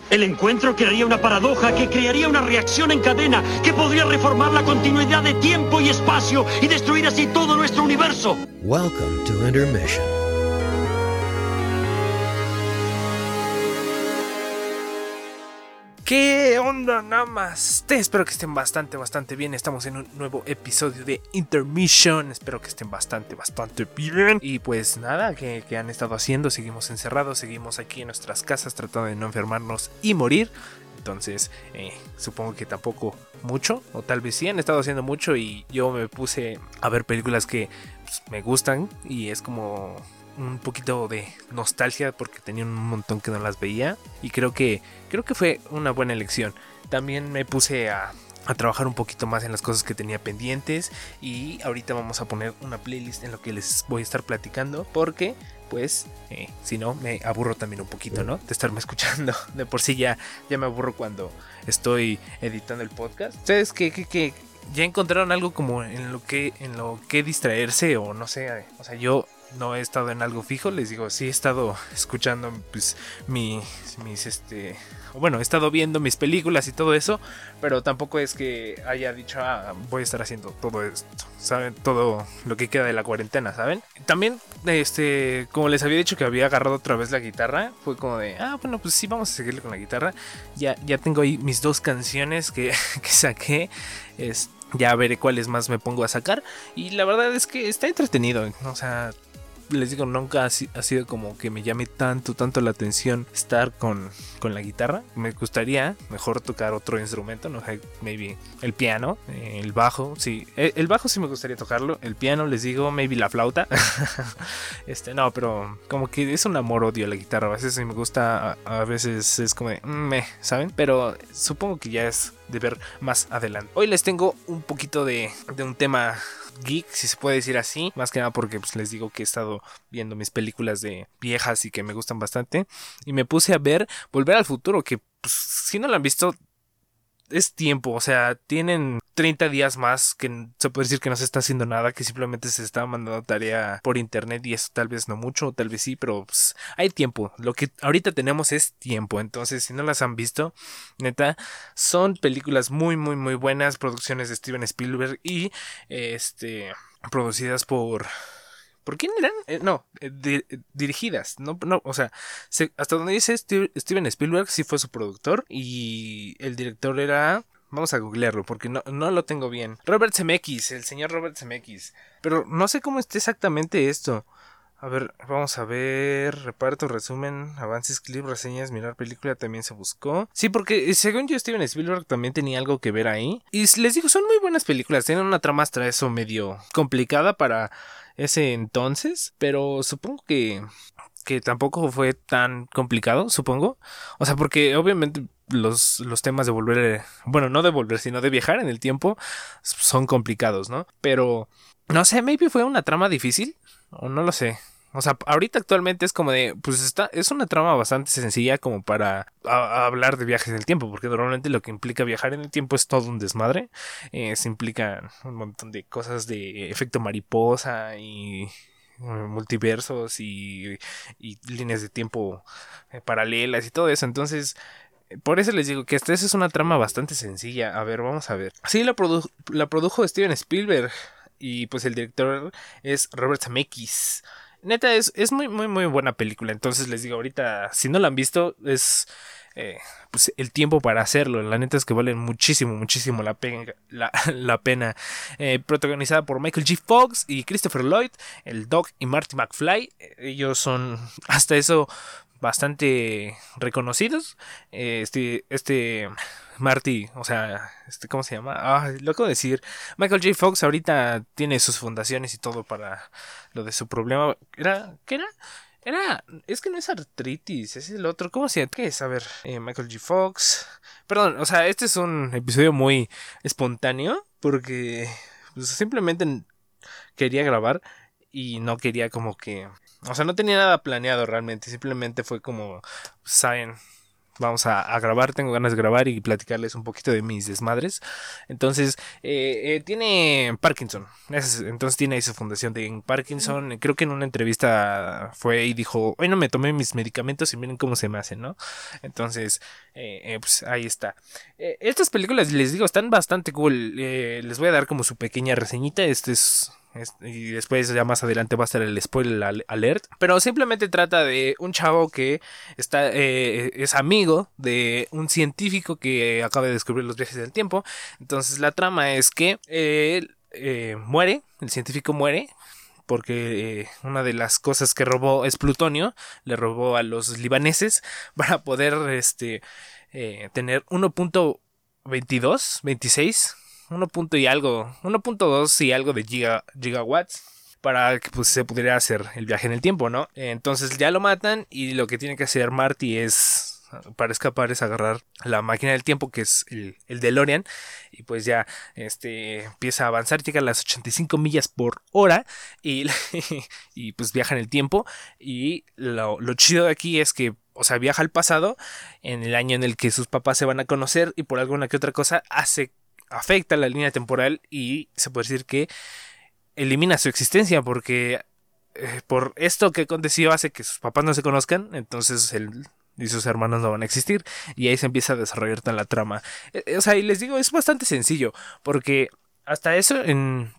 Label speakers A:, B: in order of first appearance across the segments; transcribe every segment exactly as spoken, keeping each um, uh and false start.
A: El encuentro crearía una paradoja que crearía una reacción en cadena que podría reformar la continuidad de tiempo y espacio y destruir así todo nuestro universo.
B: Welcome to Intermission.
C: ¿Qué onda, namas? Te espero que estén bastante, bastante bien. Estamos en un nuevo episodio de Intermission. Espero que estén bastante, bastante bien. Y pues nada, ¿qué, qué han estado haciendo? Seguimos encerrados, seguimos aquí en nuestras casas tratando de no enfermarnos y morir. Entonces, eh, supongo que tampoco mucho, o tal vez sí han estado haciendo mucho. Y yo me puse a ver películas que pues, me gustan y es como un poquito de nostalgia porque tenía un montón que no las veía y creo que creo que fue una buena elección. También me puse a, a trabajar un poquito más en las cosas que tenía pendientes y ahorita vamos a poner una playlist en lo que les voy a estar platicando porque pues eh, si no me aburro también un poquito, ¿no? De estarme escuchando. De por sí ya, ya me aburro cuando estoy editando el podcast. ¿Ustedes qué, qué, qué? ¿Ya encontraron algo como en lo que en lo que distraerse o no sé? O sea, yo no he estado en algo fijo, les digo, sí he estado escuchando pues mis, mis este, bueno, he estado viendo mis películas y todo eso, pero tampoco es que haya dicho, ah, voy a estar haciendo todo esto, ¿saben? Todo lo que queda de la cuarentena, ¿saben? También, este, como les había dicho que había agarrado otra vez la guitarra, fue como de, ah, bueno, pues sí, vamos a seguirle con la guitarra, ya, ya tengo ahí mis dos canciones que, que saqué, este, ya veré cuáles más me pongo a sacar. Y la verdad es que está entretenido. O sea, les digo, nunca ha sido como que me llame tanto, tanto la atención estar con, con la guitarra. Me gustaría mejor tocar otro instrumento, no sé, maybe el piano, el bajo, sí. El bajo sí me gustaría tocarlo. El piano, les digo, maybe la flauta. este, no, pero como que es un amor-odio la guitarra. A veces sí me gusta, a, a veces es como de, meh, ¿saben? Pero supongo que ya es de ver más adelante. Hoy les tengo un poquito de, de un tema geek, si se puede decir así, más que nada porque pues, les digo que he estado viendo mis películas de viejas y que me gustan bastante y me puse a ver Volver al Futuro, que pues, si no la han visto es tiempo, o sea, tienen treinta días más que se puede decir que no se está haciendo nada, que simplemente se está mandando tarea por internet y eso tal vez no mucho, tal vez sí, pero pues, hay tiempo, lo que ahorita tenemos es tiempo, entonces si no las han visto, neta, son películas muy muy muy buenas, producciones de Steven Spielberg y este producidas por... ¿Por quién eran? Eh, no, eh, di- dirigidas, no, no, o sea, se, hasta donde dice Steve, Steven Spielberg sí fue su productor y el director era, vamos a googlearlo porque no, no lo tengo bien, Robert Zemeckis, el señor Robert Zemeckis, pero no sé cómo está exactamente esto. A ver, vamos a ver, reparto, resumen, avances, clip, reseñas, mirar película también se buscó. Sí, porque según yo Steven Spielberg también tenía algo que ver ahí. Y les digo, son muy buenas películas, tienen una trama hasta eso medio complicada para ese entonces, pero supongo que, que tampoco fue tan complicado, supongo. O sea, porque obviamente los, los temas de volver, bueno, no de volver, sino de viajar en el tiempo son complicados, ¿no? Pero, no sé, maybe fue una trama difícil. O no lo sé. O sea, ahorita actualmente es como de, pues está, es una trama bastante sencilla como para a, a hablar de viajes en el tiempo, porque normalmente lo que implica viajar en el tiempo es todo un desmadre. Eh, se implica un montón de cosas de efecto mariposa y multiversos y, y líneas de tiempo eh, paralelas y todo eso. Entonces, por eso les digo que esta es una trama bastante sencilla. A ver, vamos a ver. Sí, la, produ- la produjo Steven Spielberg. Y pues el director es Robert Zemeckis. Neta, es, es muy, muy, muy buena película. Entonces les digo, ahorita, si no la han visto, es eh, pues el tiempo para hacerlo. La neta es que vale muchísimo, muchísimo la, pena, la, la pena. Eh, protagonizada por Michael J. Fox y Christopher Lloyd, el Doc y Marty McFly. Ellos son, hasta eso, bastante reconocidos. Eh, este, este Marty, o sea, este, ¿cómo se llama? Ah, lo acabo de decir. Michael J. Fox ahorita tiene sus fundaciones y todo para lo de su problema. ¿Era? ¿Qué era? Era, es que no es artritis, es el otro. ¿Cómo se llama? ¿Qué es? A ver, eh, Michael J. Fox. Perdón, o sea, este es un episodio muy espontáneo porque pues, simplemente quería grabar y no quería como que, o sea, no tenía nada planeado realmente, simplemente fue como, saben, vamos a, a grabar, tengo ganas de grabar y platicarles un poquito de mis desmadres. Entonces, eh, eh, tiene Parkinson, es, entonces tiene ahí su fundación de Parkinson. Creo que en una entrevista fue y dijo, hoy no me tomé mis medicamentos y miren cómo se me hacen, ¿no? Entonces, eh, eh, pues ahí está. Eh, estas películas, les digo, están bastante cool. Eh, les voy a dar como su pequeña reseñita. Este es... y después ya más adelante va a estar el spoiler alert, pero simplemente trata de un chavo que está eh, es amigo de un científico que acaba de descubrir los viajes del tiempo. Entonces la trama es que eh, él eh, muere, el científico muere porque eh, una de las cosas que robó es plutonio, le robó a los libaneses para poder este eh, tener uno punto veintidós, veintiséis uno punto y algo, uno punto dos y algo de giga, gigawatts para que pues, se pudiera hacer el viaje en el tiempo, ¿no? Entonces ya lo matan y lo que tiene que hacer Marty es, para escapar, es agarrar la máquina del tiempo, que es el, el DeLorean, y pues ya este, empieza a avanzar, llega a las ochenta y cinco millas por hora y, y pues viaja en el tiempo. Y lo, lo chido de aquí es que, o sea, viaja al pasado en el año en el que sus papás se van a conocer y por alguna que otra cosa hace afecta la línea temporal y se puede decir que elimina su existencia porque eh, por esto que aconteció hace que sus papás no se conozcan, entonces él y sus hermanos no van a existir y ahí se empieza a desarrollar toda la trama. Eh, o sea, y les digo, es bastante sencillo porque hasta eso en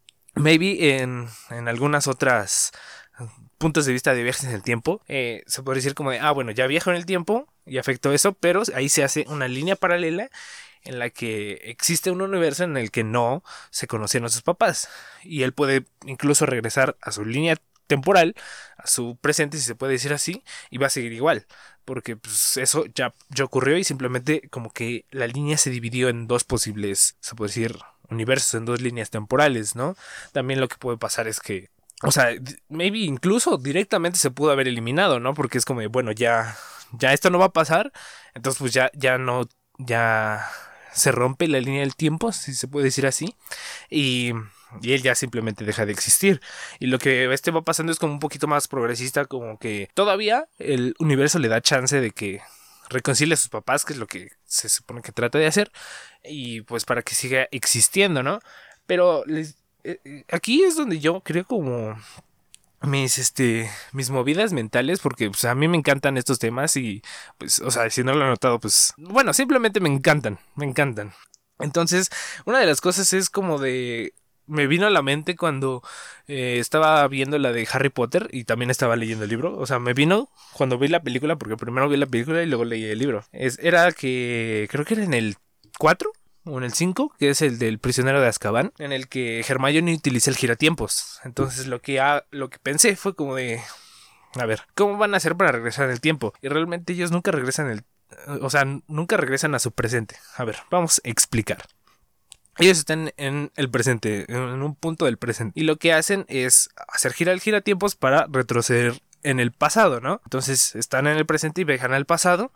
C: maybe en, en algunas otras puntos de vista de viajes en el tiempo eh, se puede decir como de, ah bueno, ya viajo en el tiempo y afectó eso, pero ahí se hace una línea paralela en la que existe un universo en el que no se conocieron a sus papás y él puede incluso regresar a su línea temporal, a su presente, si se puede decir así, y va a seguir igual, porque pues, eso ya, ya ocurrió y simplemente como que la línea se dividió en dos posibles, se puede decir, universos, en dos líneas temporales, ¿no? También lo que puede pasar es que, o sea, maybe incluso directamente se pudo haber eliminado, ¿no? Porque es como, bueno, ya, ya esto no va a pasar, entonces pues ya, ya no, ya se rompe la línea del tiempo, si se puede decir así, y, y él ya simplemente deja de existir. Y lo que este va pasando es como un poquito más progresista, como que todavía el universo le da chance de que reconcilie a sus papás, que es lo que se supone que trata de hacer, y pues para que siga existiendo, ¿no? Pero les, eh, aquí es donde yo creo como mis este mis movidas mentales, porque pues a mí me encantan estos temas y pues, o sea, si no lo he notado, pues bueno, simplemente me encantan, me encantan. Entonces, una de las cosas es como de, me vino a la mente cuando eh, estaba viendo la de Harry Potter y también estaba leyendo el libro, o sea, me vino cuando vi la película, porque primero vi la película y luego leí el libro. Es, era que creo que era en el cuatro o en el cinco, que es el del prisionero de Azkaban, en el que Hermione utiliza el giratiempos. Entonces lo que, ha, lo que pensé fue como de, a ver, ¿cómo van a hacer para regresar en el tiempo? Y realmente ellos nunca regresan el, o sea, nunca regresan a su presente. A ver, vamos a explicar. Ellos están en el presente, en un punto del presente, y lo que hacen es hacer girar el giratiempos para retroceder en el pasado, ¿no? Entonces están en el presente y viajan al pasado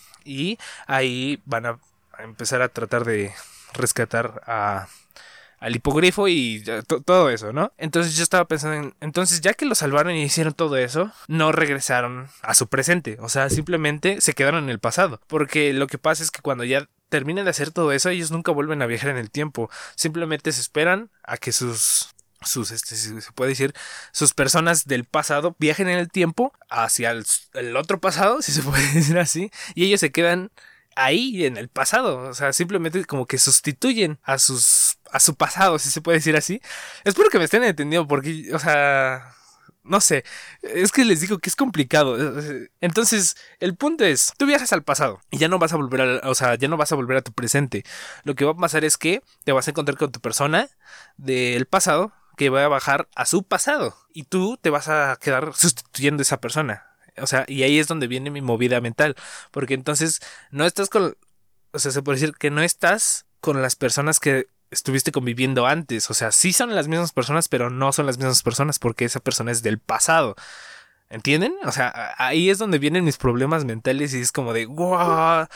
C: y ahí van a a empezar a tratar de rescatar a, al hipogrifo y to, todo eso, ¿no? Entonces yo estaba pensando en, entonces ya que lo salvaron y hicieron todo eso, no regresaron a su presente, o sea, simplemente se quedaron en el pasado, porque lo que pasa es que cuando ya terminan de hacer todo eso, ellos nunca vuelven a viajar en el tiempo, simplemente se esperan a que sus sus, este, se puede decir, sus personas del pasado viajen en el tiempo hacia el, el otro pasado, si se puede decir así, y ellos se quedan ahí en el pasado, o sea, simplemente como que sustituyen a sus a su pasado, si se puede decir así. Espero que me estén entendiendo porque, o sea, no sé, es que les digo que es complicado. Entonces, el punto es, tú viajas al pasado y ya no vas a volver a, o sea, ya no vas a volver a tu presente. Lo que va a pasar es que te vas a encontrar con tu persona del pasado que va a bajar a su pasado y tú te vas a quedar sustituyendo a esa persona. O sea, y ahí es donde viene mi movida mental. Porque entonces no estás con... O sea, se puede decir que no estás con las personas que estuviste conviviendo antes. O sea, sí son las mismas personas, pero no son las mismas personas porque esa persona es del pasado. ¿Entienden? O sea, ahí es donde vienen mis problemas mentales y es como de ¡wow!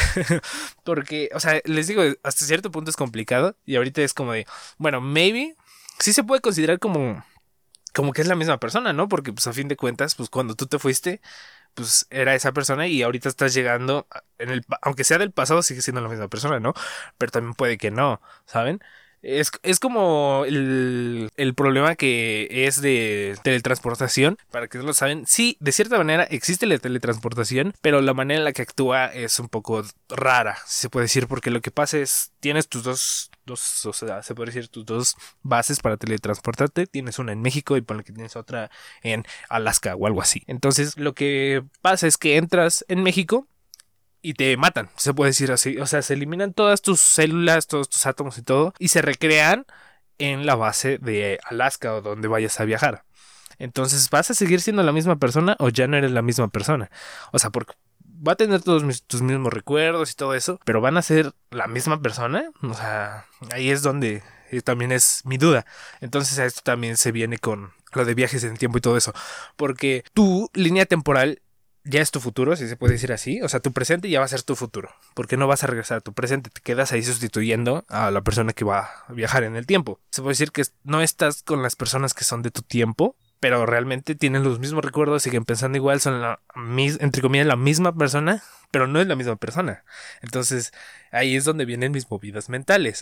C: Porque, o sea, les digo, hasta cierto punto es complicado. Y ahorita es como de, bueno, maybe sí se puede considerar como... como que es la misma persona, ¿no? Porque pues a fin de cuentas, pues cuando tú te fuiste, pues era esa persona y ahorita estás llegando, en el, aunque sea del pasado, sigue siendo la misma persona, ¿no? Pero también puede que no, ¿saben? Es, es como el, el problema que es de teletransportación. Para que no lo saben, sí, de cierta manera existe la teletransportación, pero la manera en la que actúa es un poco rara, si se puede decir, porque lo que pasa es, tienes tus dos, dos, o sea, se puede decir tus dos bases para teletransportarte. Tienes una en México y por la que tienes otra en Alaska o algo así. Entonces lo que pasa es que entras en México y te matan, se puede decir así. O sea, se eliminan todas tus células, todos tus átomos y todo, y se recrean en la base de Alaska o donde vayas a viajar. Entonces, ¿vas a seguir siendo la misma persona o ya no eres la misma persona? O sea, porque va a tener todos mis, tus mismos recuerdos y todo eso, pero ¿van a ser la misma persona? O sea, ahí es donde eh, también es mi duda. Entonces, a esto también se viene con lo de viajes en el tiempo y todo eso. Porque tu línea temporal ya es tu futuro, si se puede decir así. O sea, tu presente ya va a ser tu futuro, porque no vas a regresar a tu presente, te quedas ahí sustituyendo a la persona que va a viajar en el tiempo. Se puede decir que no estás con las personas que son de tu tiempo, pero realmente tienen los mismos recuerdos, siguen pensando igual, son la, entre comillas la misma persona, pero no es la misma persona. Entonces ahí es donde vienen mis movidas mentales.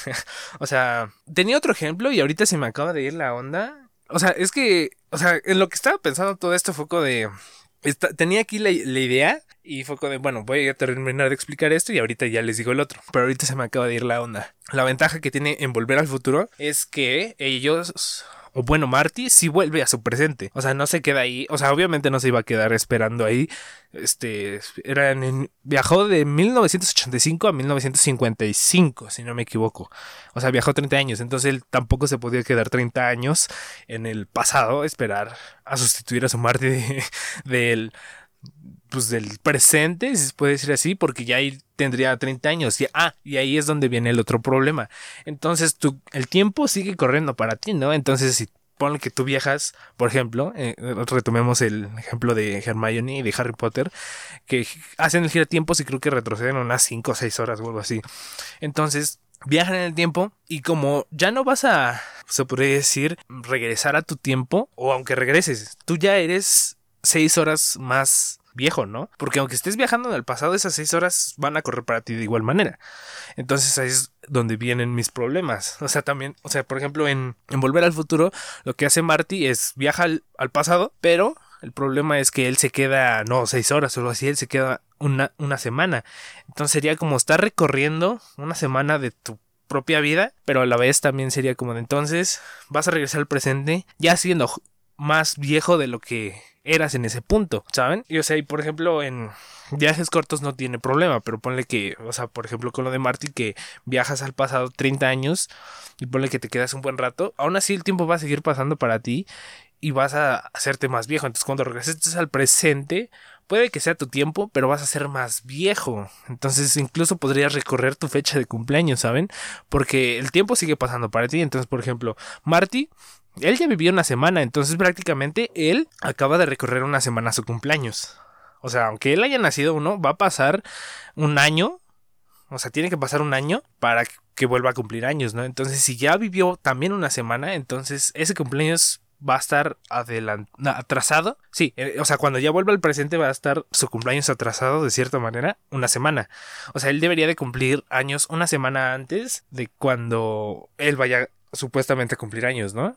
C: O sea, tenía otro ejemplo y ahorita se me acaba de ir la onda. O sea, es que, o sea, en lo que estaba pensando todo esto fue como de... Esta, tenía aquí la, la idea y fue como de, bueno, voy a terminar de explicar esto y ahorita ya les digo el otro. Pero ahorita se me acaba de ir la onda. La ventaja que tiene en Volver al Futuro es que ellos... O bueno, Marty sí vuelve a su presente. O sea, no se queda ahí. O sea, obviamente no se iba a quedar esperando ahí. Este, era en, viajó de mil novecientos ochenta y cinco a mil novecientos cincuenta y cinco, si no me equivoco. O sea, viajó treinta años. Entonces él tampoco se podía quedar treinta años en el pasado, esperar a sustituir a su Marty de, del... pues del presente, si se puede decir así, porque ya ahí tendría treinta años. Y, ah, y ahí es donde viene el otro problema. Entonces tú, el tiempo sigue corriendo para ti, ¿no? Entonces si ponle que tú viajas, por ejemplo, eh, retomemos el ejemplo de Hermione y de Harry Potter, que hacen el giratiempos y creo que retroceden unas cinco o seis horas o algo así. Entonces viajan en el tiempo y como ya no vas a, se podría decir, regresar a tu tiempo, o aunque regreses, tú ya eres seis horas más viejo, ¿no? Porque aunque estés viajando en el pasado, esas seis horas van a correr para ti de igual manera. Entonces ahí es donde vienen mis problemas. O sea, también, o sea, por ejemplo, en, en Volver al Futuro, lo que hace Marty es viaja al, al pasado, pero el problema es que él se queda, no, seis horas o algo así, él se queda una, una semana. Entonces sería como estar recorriendo una semana de tu propia vida, pero a la vez también sería como de entonces vas a regresar al presente ya siendo más viejo de lo que eras en ese punto, ¿saben? Y o sea, y por ejemplo en viajes cortos no tiene problema, pero ponle que, o sea, por ejemplo con lo de Marty, que viajas al pasado treinta años y ponle que te quedas un buen rato, aún así el tiempo va a seguir pasando para ti y vas a hacerte más viejo. Entonces cuando regreses al presente, puede que sea tu tiempo, pero vas a ser más viejo. Entonces incluso podrías recorrer tu fecha de cumpleaños, ¿saben? Porque el tiempo sigue pasando para ti. Entonces, por ejemplo, Marty, él ya vivió una semana, entonces prácticamente él acaba de recorrer una semana su cumpleaños. O sea, aunque él haya nacido uno, va a pasar un año. O sea, tiene que pasar un año para que vuelva a cumplir años, ¿no? Entonces, si ya vivió también una semana, entonces ese cumpleaños va a estar adelant- no, atrasado. Sí, eh, o sea, cuando ya vuelva al presente va a estar su cumpleaños atrasado de cierta manera una semana. O sea, él debería de cumplir años una semana antes de cuando él vaya supuestamente a cumplir años, ¿no?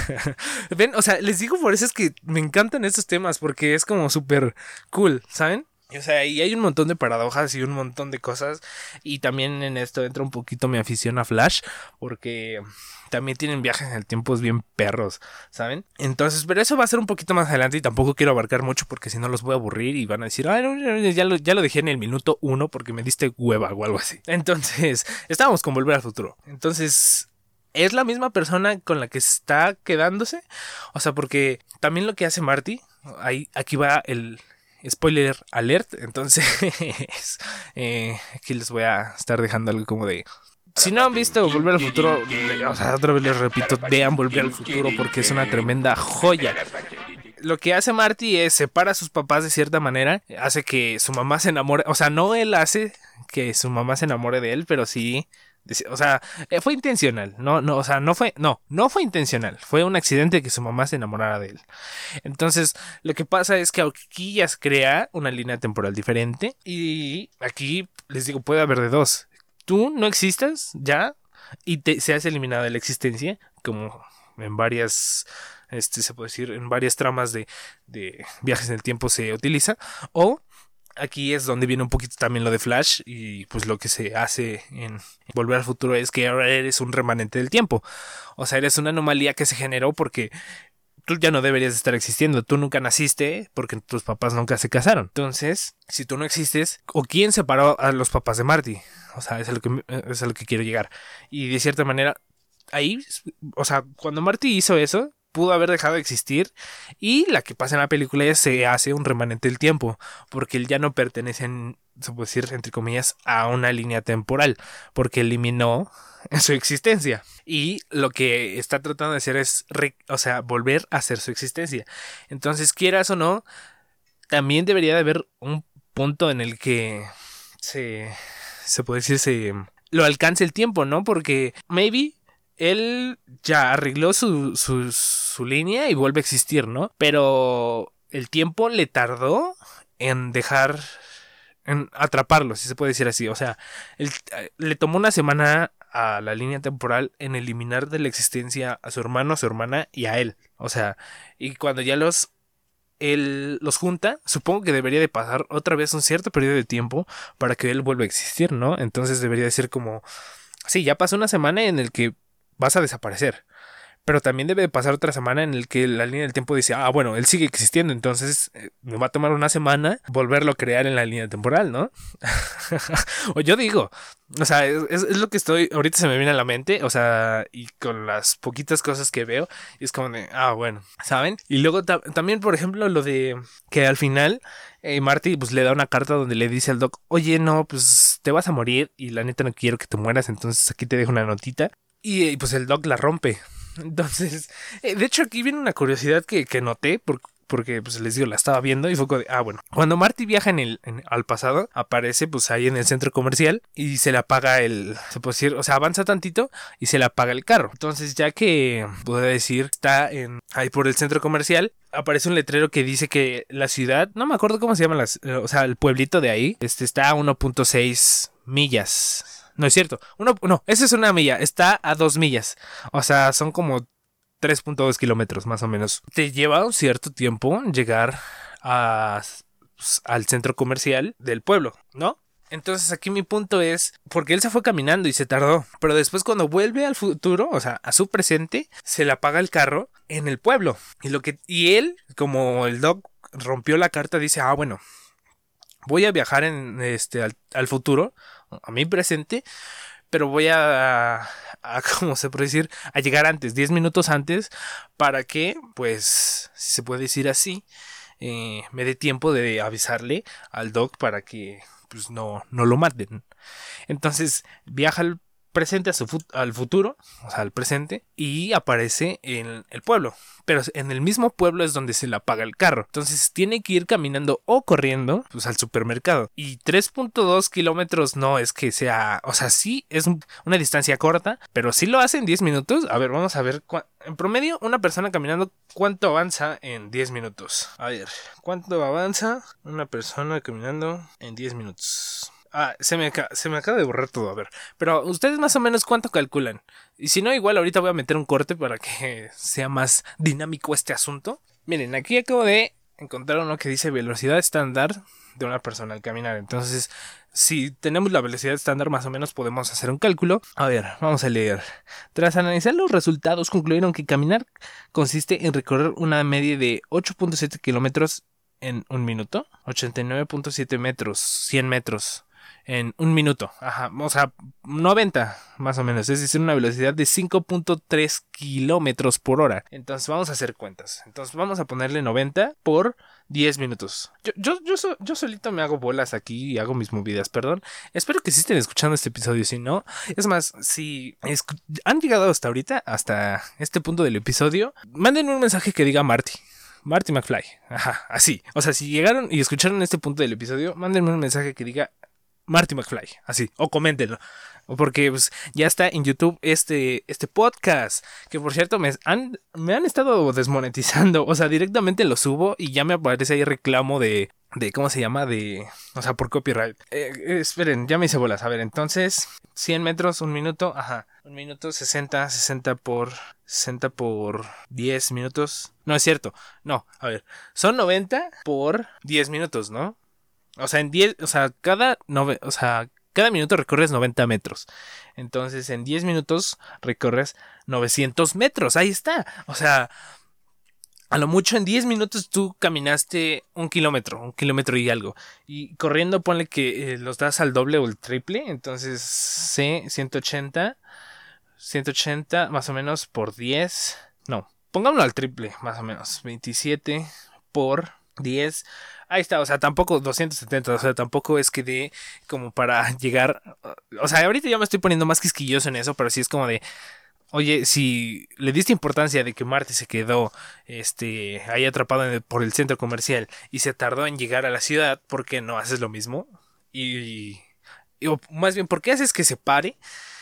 C: Ven, o sea, les digo por eso es que me encantan estos temas, porque es como súper cool, ¿saben? O sea, y hay un montón de paradojas y un montón de cosas. Y también en esto entra un poquito mi afición a Flash, porque también tienen viajes en el tiempo bien perros, ¿saben? Entonces, pero eso va a ser un poquito más adelante y tampoco quiero abarcar mucho porque si no los voy a aburrir y van a decir, ay, no, no, ya, lo, ya lo dejé en el minuto uno porque me diste hueva o algo así. Entonces, estábamos con Volver al Futuro. Entonces, ¿es la misma persona con la que está quedándose? O sea, porque también lo que hace Marty, ahí, aquí va el spoiler alert, entonces eh, aquí les voy a estar dejando algo como de... Si no han visto Volver al Futuro, o sea, otra vez les repito, vean Volver al Futuro porque es una tremenda joya. Lo que hace Marty es separa a sus papás de cierta manera, hace que su mamá se enamore, o sea, no él hace que su mamá se enamore de él, pero sí, o sea, fue intencional, no, no, o sea, no fue, no, no fue intencional, fue un accidente que su mamá se enamorara de él. Entonces, lo que pasa es que aquí ya se crea una línea temporal diferente y aquí, les digo, puede haber de dos. Tú no existas ya y te seas eliminada de la existencia, como en varias, este, se puede decir, en varias tramas de, de viajes en el tiempo se utiliza, o aquí es donde viene un poquito también lo de Flash y pues lo que se hace en Volver al Futuro es que ahora eres un remanente del tiempo. O sea, eres una anomalía que se generó porque tú ya no deberías estar existiendo. Tú nunca naciste porque tus papás nunca se casaron. Entonces, si tú no existes, ¿o quién separó a los papás de Marty? O sea, es a lo que, es a lo que quiero llegar. Y de cierta manera, ahí, o sea, cuando Marty hizo eso, pudo haber dejado de existir y la que pasa en la película es se hace un remanente del tiempo porque él ya no pertenece, en, se puede decir entre comillas, a una línea temporal porque eliminó su existencia y lo que está tratando de hacer es re, o sea, volver a hacer su existencia. Entonces, quieras o no, también debería de haber un punto en el que se, se puede decir se lo alcance el tiempo, ¿no? Porque maybe él ya arregló su, su, su línea y vuelve a existir, ¿no? Pero el tiempo le tardó en dejar, en atraparlo, si se puede decir así. O sea, él, le tomó una semana a la línea temporal en eliminar de la existencia a su hermano, a su hermana y a él. O sea, y cuando ya los, él los junta, supongo que debería de pasar otra vez un cierto periodo de tiempo para que él vuelva a existir, ¿no? Entonces debería de ser como, sí, ya pasó una semana en el que vas a desaparecer. Pero también debe de pasar otra semana en el que la línea del tiempo dice, ah, bueno, él sigue existiendo, entonces eh, me va a tomar una semana volverlo a crear en la línea temporal, ¿no? O yo digo, o sea, es, es lo que estoy, ahorita se me viene a la mente, o sea, y con las poquitas cosas que veo, es como de, ah, bueno, ¿saben? Y luego ta- también, por ejemplo, lo de que al final eh, Marty pues le da una carta donde le dice al Doc, oye, no, pues te vas a morir y la neta no quiero que te mueras, entonces aquí te dejo una notita. Y, y pues el Doc la rompe. Entonces, eh, de hecho aquí viene una curiosidad que, que noté por, porque pues les digo, la estaba viendo y fue como de, ah, bueno, cuando Marty viaja en el, en, al pasado, aparece pues ahí en el centro comercial y se le apaga el, se puede decir, o sea, avanza tantito y se le apaga el carro. Entonces, ya que puedo decir, está en, ahí por el centro comercial, aparece un letrero que dice que la ciudad, no me acuerdo cómo se llama, las, o sea, el pueblito de ahí, este está a uno punto seis millas. No es cierto. Uno, no, esa es una milla. Está a dos millas. O sea, son como tres punto dos kilómetros más o menos. Te lleva un cierto tiempo llegar a, pues, al centro comercial del pueblo, ¿no? Entonces aquí mi punto es, porque él se fue caminando y se tardó, pero después cuando vuelve al futuro, o sea, a su presente, se le apaga el carro en el pueblo. Y, lo que, y él, como el Doc rompió la carta, dice, ah, bueno, voy a viajar en este al, al futuro, a mi presente, pero voy a, a, a ¿cómo se puede decir? A llegar antes, diez minutos antes, para que, pues, si se puede decir así, eh, me dé tiempo de avisarle al Doc para que, pues, no, no lo maten. Entonces, viaja al presente a su fut- al futuro, o sea, al presente, y aparece en el pueblo. Pero en el mismo pueblo es donde se le apaga el carro. Entonces tiene que ir caminando o corriendo pues, al supermercado. Y tres punto dos kilómetros no es que sea... O sea, sí es un, una distancia corta, pero sí lo hace en diez minutos. A ver, vamos a ver. Cu- en promedio, una persona caminando, ¿cuánto avanza en diez minutos? A ver, ¿cuánto avanza una persona caminando en diez minutos? Ah, se me, se me acaba de borrar todo, a ver. Pero ustedes más o menos cuánto calculan. Y si no, igual ahorita voy a meter un corte para que sea más dinámico este asunto. Miren, aquí acabo de encontrar uno que dice velocidad estándar de una persona al caminar. Entonces, si tenemos la velocidad estándar, más o menos podemos hacer un cálculo. A ver, vamos a leer. Tras analizar los resultados, concluyeron que caminar consiste en recorrer una media de ocho punto siete kilómetros en un minuto. ochenta y nueve punto siete metros, cien metros. En un minuto, ajá, o sea, noventa más o menos, es decir, una velocidad de cinco punto tres kilómetros por hora. Entonces vamos a hacer cuentas. Entonces vamos a ponerle noventa por diez minutos. Yo, yo, yo, so, yo solito me hago bolas aquí y hago mis movidas, perdón. Espero que sí estén escuchando este episodio, si no. Es más, si escu- han llegado hasta ahorita, hasta este punto del episodio, mándenme un mensaje que diga Marty. Marty McFly, ajá, así. O sea, si llegaron y escucharon este punto del episodio, mándenme un mensaje que diga Marty McFly, así, o coméntenlo. Porque pues, ya está en YouTube este, este podcast. Que por cierto me han, me han estado desmonetizando. O sea, directamente lo subo y ya me aparece ahí reclamo de... de ¿cómo se llama? De... O sea, por copyright. Eh, eh, esperen, ya me hice bolas. A ver, entonces... cien metros, un minuto. Ajá. Un minuto, sesenta. sesenta por... sesenta por diez minutos. No, es cierto. No, a ver. Son noventa por diez minutos, ¿no? O sea, en diez... O sea, cada... Nove, o sea... Cada minuto recorres noventa metros. Entonces, en diez minutos recorres novecientos metros. Ahí está. O sea, a lo mucho en diez minutos tú caminaste un kilómetro, un kilómetro y algo. Y corriendo ponle que eh, los das al doble o el triple. Entonces, sí, ciento ochenta. ciento ochenta más o menos por diez. No, pongámoslo al triple, más o menos. veintisiete por diez. Ahí está, o sea, tampoco doscientos setenta, o sea, tampoco es que dé como para llegar... O sea, ahorita ya me estoy poniendo más quisquilloso en eso, pero sí es como de... Oye, si le diste importancia de que Marty se quedó este, ahí atrapado en el, por el centro comercial y se tardó en llegar a la ciudad, ¿por qué no haces lo mismo? Y, y o más bien, ¿por qué haces que se pare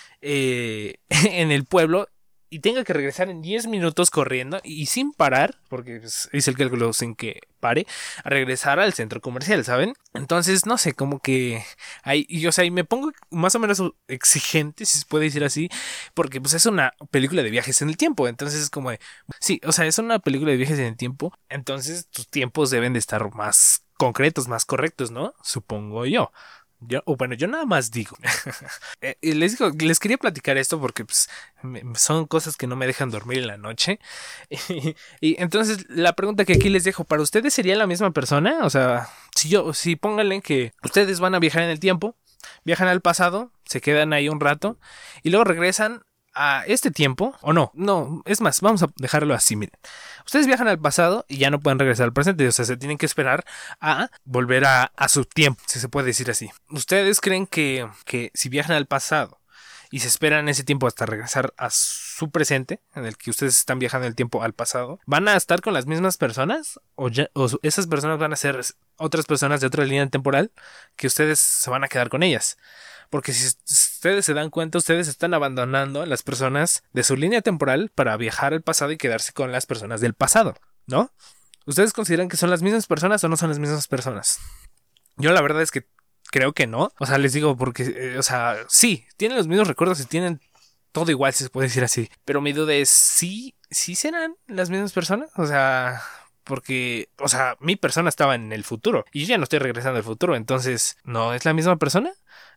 C: eh, en el pueblo y tenga que regresar en diez minutos corriendo y sin parar, porque pues, es el cálculo sin que pare, a regresar al centro comercial, ¿saben? Entonces, no sé, como que ahí, y, o sea, y me pongo más o menos exigente, si se puede decir así, porque pues es una película de viajes en el tiempo, entonces es como de, sí, o sea, es una película de viajes en el tiempo, entonces tus tiempos deben de estar más concretos, más correctos, ¿no? Supongo yo. Yo, o bueno, yo nada más digo. eh, les digo, les quería platicar esto porque pues, me, son cosas que no me dejan dormir en la noche. y, y entonces la pregunta que aquí les dejo, ¿para ustedes sería la misma persona? O sea, si yo, si pónganle que ustedes van a viajar en el tiempo, viajan al pasado, se quedan ahí un rato y luego regresan a este tiempo, o no, no, es más, vamos a dejarlo así, miren. Ustedes viajan al pasado y ya no pueden regresar al presente, o sea, se tienen que esperar a volver a, a su tiempo, si se puede decir así. ¿Ustedes creen que, que si viajan al pasado y se esperan ese tiempo hasta regresar a su presente, en el que ustedes están viajando el tiempo al pasado, van a estar con las mismas personas? ¿O, ya, o esas personas van a ser otras personas de otra línea temporal que ustedes se van a quedar con ellas? Porque si ustedes se dan cuenta, ustedes están abandonando a las personas de su línea temporal para viajar al pasado y quedarse con las personas del pasado, ¿no? ¿Ustedes consideran que son las mismas personas o no son las mismas personas? Yo la verdad es que creo que no. O sea, les digo porque, eh, o sea, sí, tienen los mismos recuerdos y tienen todo igual, si se puede decir así. Pero mi duda es, ¿sí, sí serán las mismas personas? O sea... Porque, o sea, mi persona estaba en el futuro y yo ya no estoy regresando al futuro, entonces, ¿no es la misma persona?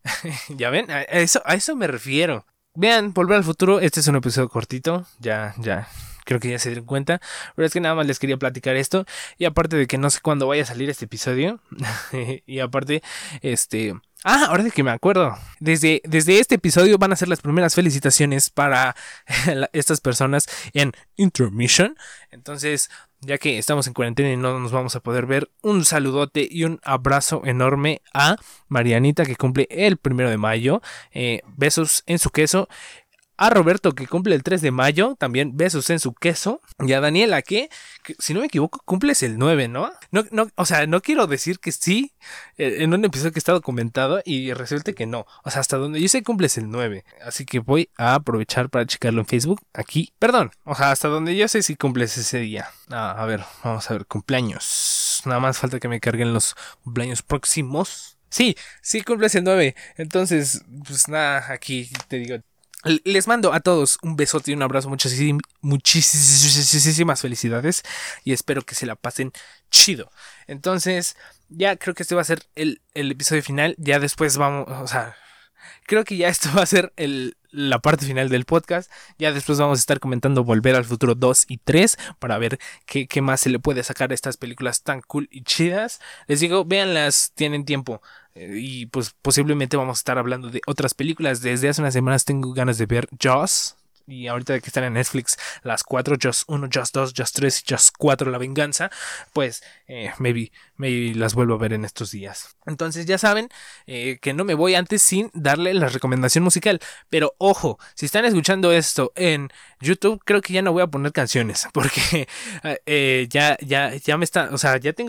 C: Ya ven, a eso, a eso me refiero. Vean, Volver al Futuro, este es un episodio cortito, ya, ya, creo que ya se dieron cuenta, pero es que nada más les quería platicar esto, y aparte de que no sé cuándo vaya a salir este episodio, y aparte, este... Ah, ahora de que me acuerdo, desde, desde este episodio van a ser las primeras felicitaciones para estas personas en Intermission. Entonces, ya que estamos en cuarentena y no nos vamos a poder ver, un saludote y un abrazo enorme a Marianita, que cumple el primero de mayo. Eh, besos en su queso. A Roberto, que cumple el tres de mayo, también besos en su queso. Y a Daniela, que, que si no me equivoco, cumples el nueve, ¿no? No, no, o sea, no quiero decir que sí, eh, en un episodio que he estado comentado, y resulte que no. O sea, hasta donde yo sé, cumples el nueve. Así que voy a aprovechar para checarlo en Facebook. Aquí, perdón, o sea, hasta donde yo sé si cumples ese día. Ah, a ver, vamos a ver, cumpleaños. Nada más falta que me carguen los cumpleaños próximos. Sí, sí cumples el nueve. Entonces, pues nada, aquí te digo... Les mando a todos un besote y un abrazo, muchísimas, muchísimas felicidades y espero que se la pasen chido. Entonces, ya creo que este va a ser el, el episodio final. Ya después vamos, o sea, creo que ya esto va a ser el, la parte final del podcast. Ya después vamos a estar comentando Volver al Futuro dos y tres para ver qué, qué más se le puede sacar a estas películas tan cool y chidas. Les digo, véanlas, tienen tiempo. Y pues posiblemente vamos a estar hablando de otras películas. Desde hace unas semanas tengo ganas de ver Jaws. Y ahorita que están en Netflix las cuatro, Jaws uno, Jaws dos, Jaws tres y Jaws cuatro, La Venganza, pues eh, maybe, maybe las vuelvo a ver en estos días. Entonces ya saben eh, que no me voy antes sin darle la recomendación musical. Pero ojo, si están escuchando esto en YouTube, creo que ya no voy a poner canciones. Porque eh, ya, ya, ya me está, o sea, ya tengo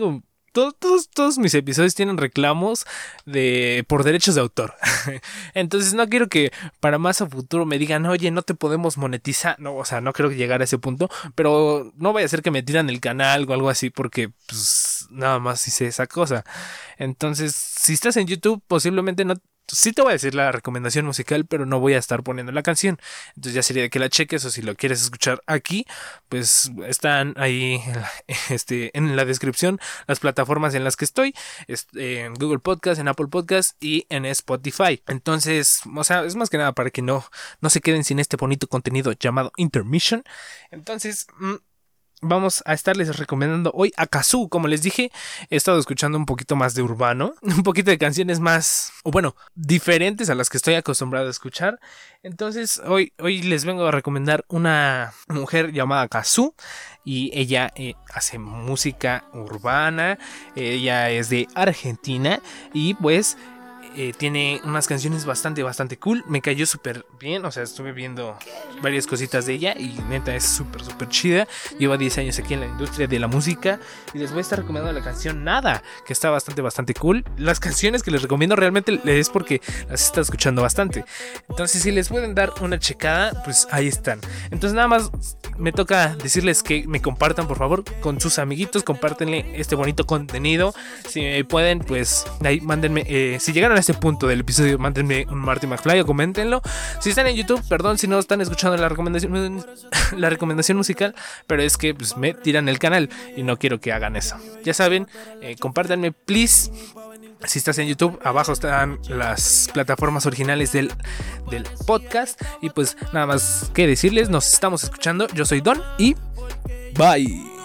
C: Todos, todos, todos mis episodios tienen reclamos de por derechos de autor. Entonces no quiero que para más a futuro me digan, oye, no te podemos monetizar. No, o sea, no creo llegar a ese punto, pero no vaya a ser que me tiran el canal o algo así, porque pues nada más hice esa cosa. Entonces, si estás en YouTube, posiblemente no. Sí te voy a decir la recomendación musical, pero no voy a estar poniendo la canción. Entonces ya sería de que la cheques, o si lo quieres escuchar aquí, pues están ahí este, en la descripción las plataformas en las que estoy, en Google Podcast, en Apple Podcast y en Spotify. Entonces, o sea, es más que nada para que no, no se queden sin este bonito contenido llamado Intermission. Entonces... Mmm, vamos a estarles recomendando hoy a Kazoo. Como les dije, he estado escuchando un poquito más de urbano, un poquito de canciones más, o bueno, diferentes a las que estoy acostumbrado a escuchar. Entonces hoy, hoy les vengo a recomendar una mujer llamada Kazoo, y ella eh, hace música urbana. Ella es de Argentina y pues Eh, tiene unas canciones bastante, bastante cool. Me cayó súper bien, o sea, estuve viendo varias cositas de ella y neta es súper, súper chida. Lleva diez años aquí en la industria de la música y les voy a estar recomendando la canción Nada, que está bastante, bastante cool. Las canciones que les recomiendo realmente es porque las he estado escuchando bastante. Entonces, si les pueden dar una checada, pues ahí están. Entonces, nada más me toca decirles que me compartan, por favor, con sus amiguitos. Compártenle este bonito contenido. Si pueden, pues ahí mándenme, eh, si llegaron a este punto del episodio, mándenme un Marty McFly o coméntenlo. Si están en YouTube, perdón si no están escuchando la recomendación la recomendación musical, pero es que pues me tiran el canal y no quiero que hagan eso. Ya saben, eh, compártanme, please. Si estás en YouTube, abajo están las plataformas originales del, del podcast. Y pues nada más que decirles, nos estamos escuchando. Yo soy Don y bye.